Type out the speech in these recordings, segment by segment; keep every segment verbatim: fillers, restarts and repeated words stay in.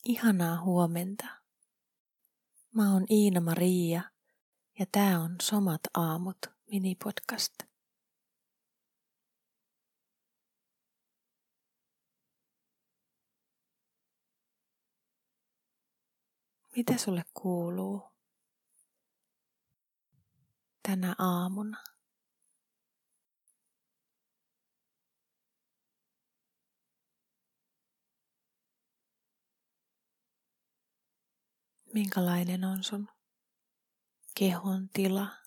Ihanaa huomenta. Mä oon Iina-Maria ja tää on Somat aamut minipodcast. Mitä sulle kuuluu tänä aamuna? Minkälainen on sun kehon tila?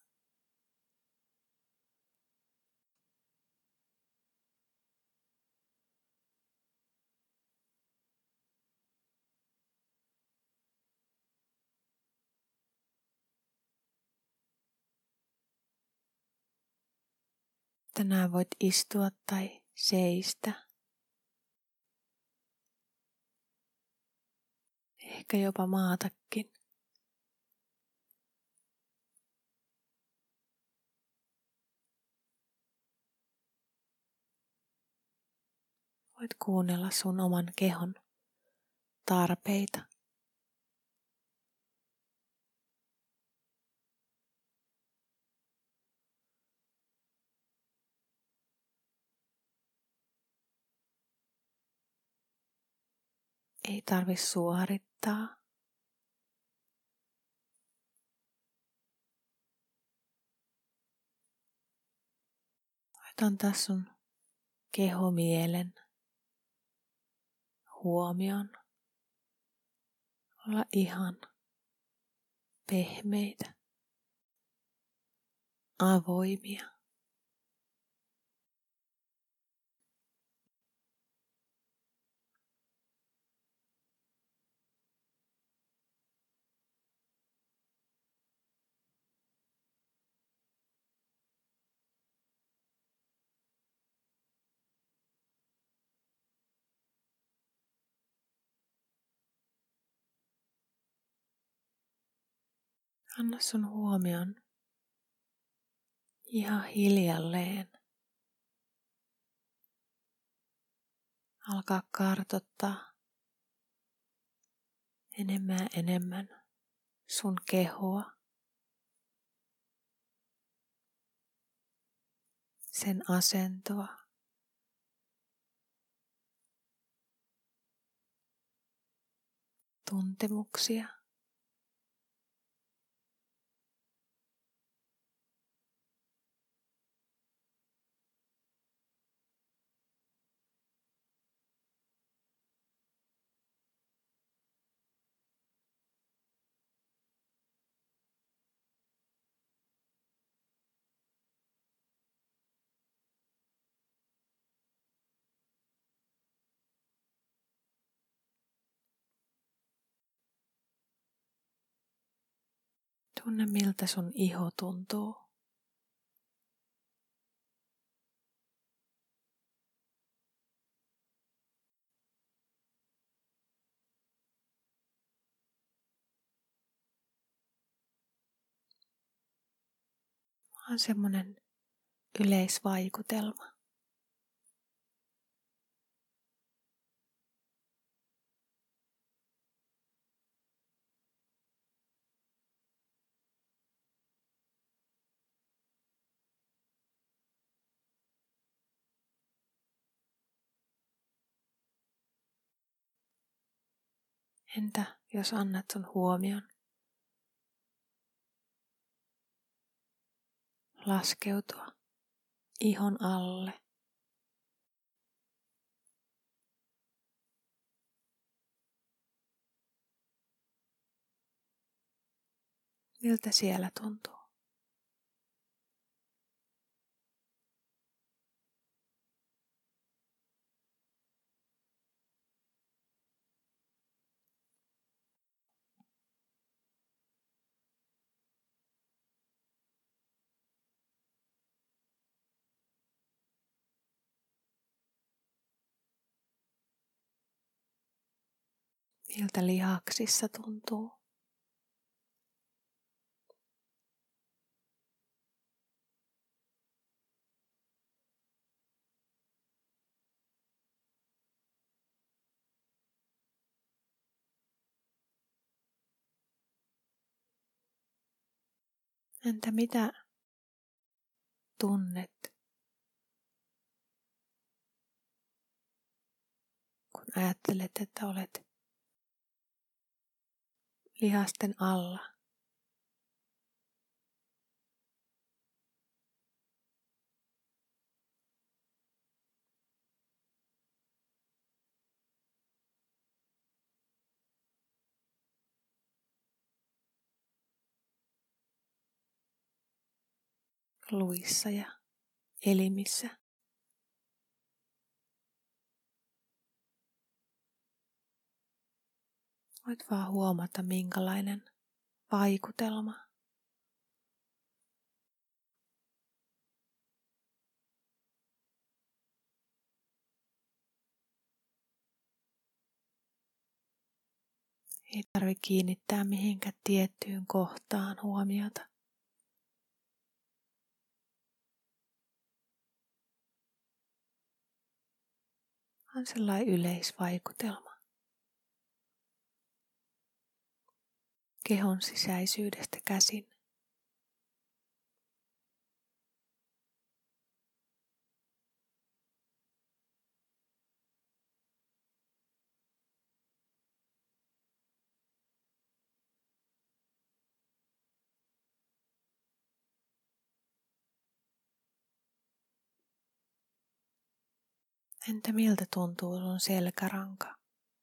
Tänään voit istua tai seistä. Ehkä jopa maatakin. Voit kuunnella sun oman kehon tarpeita. Ei tarvi suorittaa. Voit antaa sun kehomielen huomioon. Olla ihan pehmeitä, avoimia. Anna sun huomion ihan hiljalleen alkaa kartoittaa enemmän ja enemmän sun kehoa, sen asentoa, tuntemuksia. Tunne, miltä sun iho tuntuu. On semmoinen yleisvaikutelma. Entä jos annat sun huomion laskeutua ihon alle? Miltä siellä tuntuu? Miltä lihaksissa tuntuu? Entä mitä tunnet, kun ajattelet, että olet lihasten alla? Luissa ja elimissä. Voit vaan huomata, minkälainen vaikutelma ei tarvitse kiinnittää mihinkään tiettyyn kohtaan huomiota. On sellainen yleisvaikutelma kehon sisäisyydestä käsin. Entä miltä tuntuu sun selkäranka?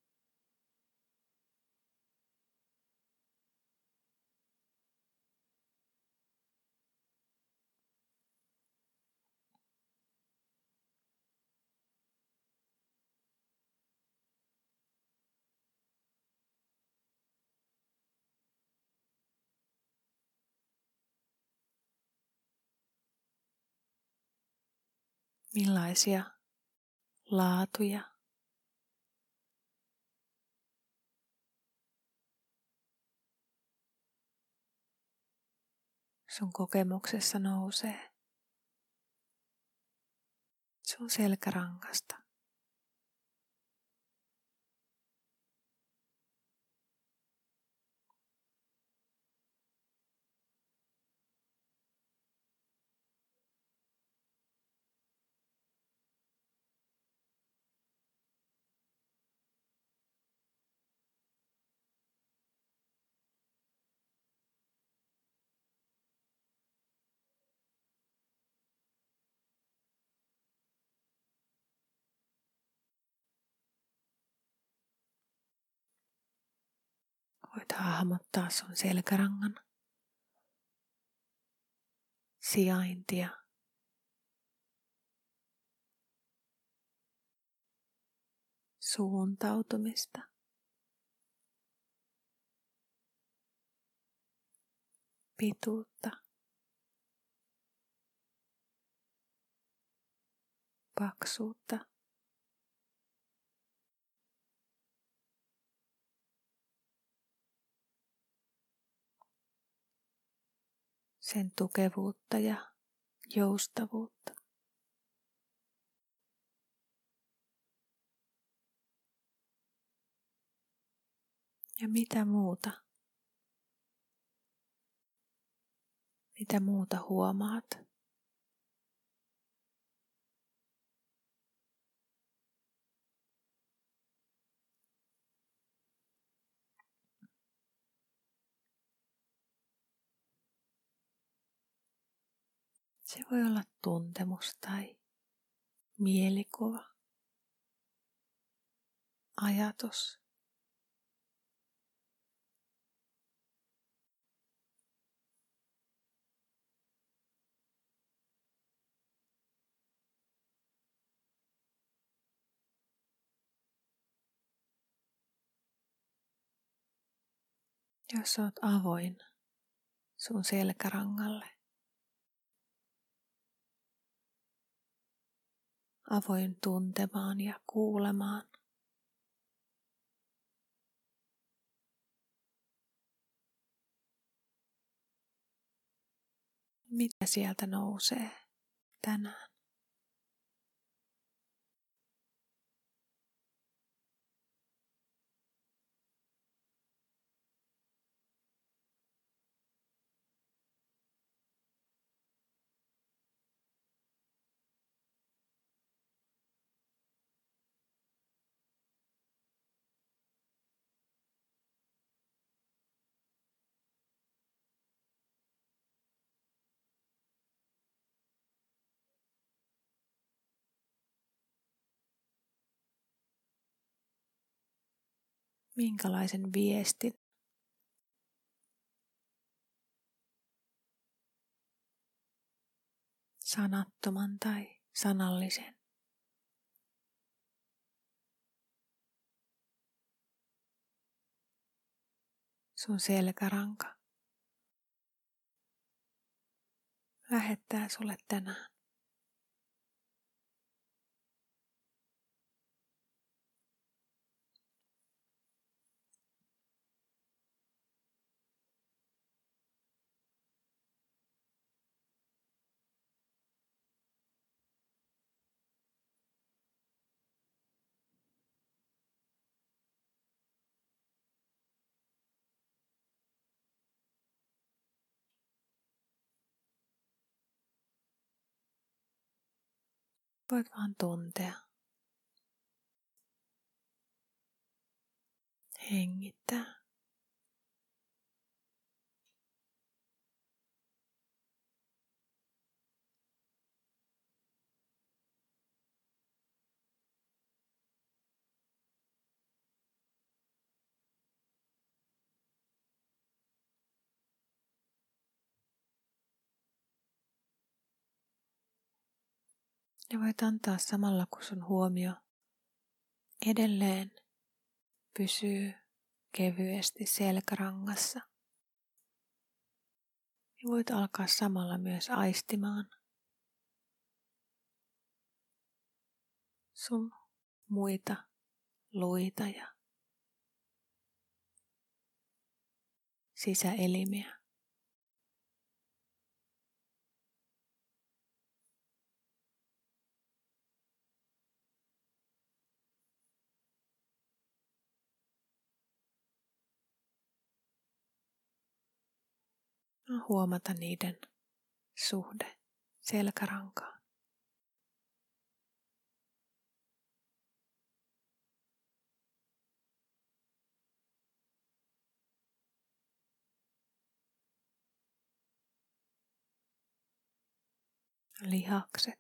Millaisia laatuja sun kokemuksessa nousee sun selkärangasta? Voit hahmottaa sun selkärangan sijaintia. Suuntautumista. Pituutta. Paksuutta. Sen tukevuutta ja joustavuutta. Ja mitä muuta? Mitä muuta huomaat? Se voi olla tuntemus tai mielikuva, ajatus. Jos olet avoin sun selkärangalle, avoin tuntemaan ja kuulemaan, mitä sieltä nousee tänään. minkälaisen viestin sanattoman tai sanallisen sun selkäranka lähettää sulle tänään. Voit vaan tuntea, hengittää. Ja voit antaa samalla, kun sun huomio edelleen pysyy kevyesti selkärangassa. Ja voit alkaa samalla myös aistimaan sun muita luita ja sisäelimiä. Huomata niiden suhde selkärankaan. Lihakset.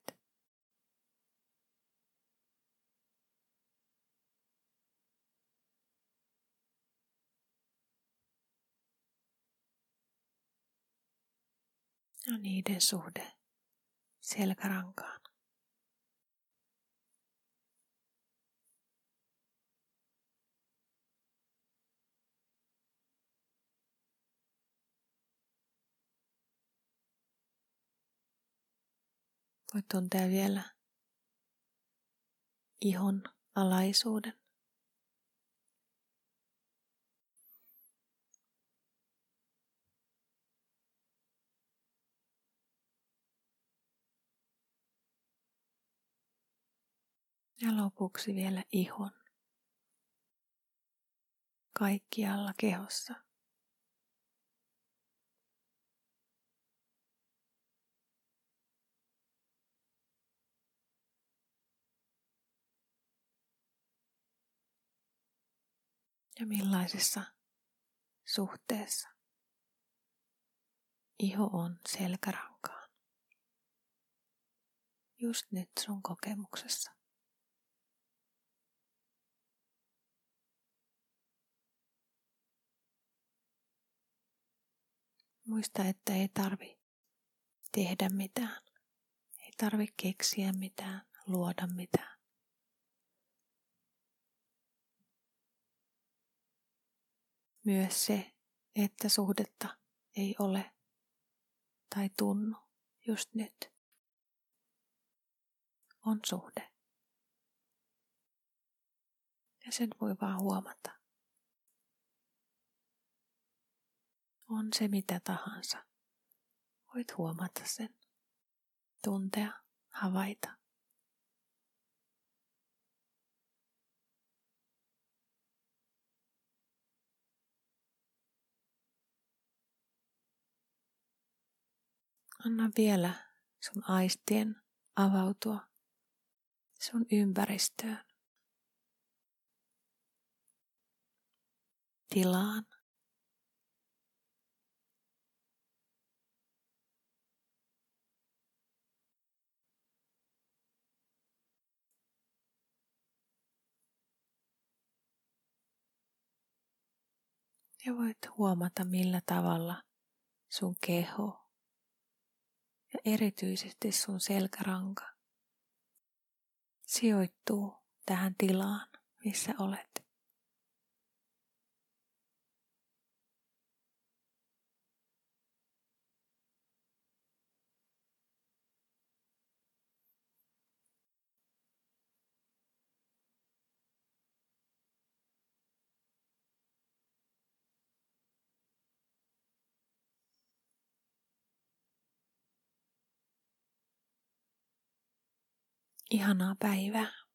Ja niiden suhde selkärankaan. Voit tuntea vielä ihon alaisuuden. Ja lopuksi vielä ihon kaikkialla kehossa. Ja millaisessa suhteessa iho on selkärankaan. Just nyt sun kokemuksessa. Muista, että ei tarvi tehdä mitään. Ei tarvi keksiä mitään, luoda mitään. Myös se, että suhdetta ei ole tai tunnu just nyt, on suhde. Ja sen voi vaan huomata. On se mitä tahansa. Voit huomata sen, tuntea, havaita. Anna vielä sun aistien avautua sun ympäristöön, tilaan. Ja voit huomata, millä tavalla sun keho ja erityisesti sun selkäranka sijoittuu tähän tilaan, missä olet. Ihanaa päivää.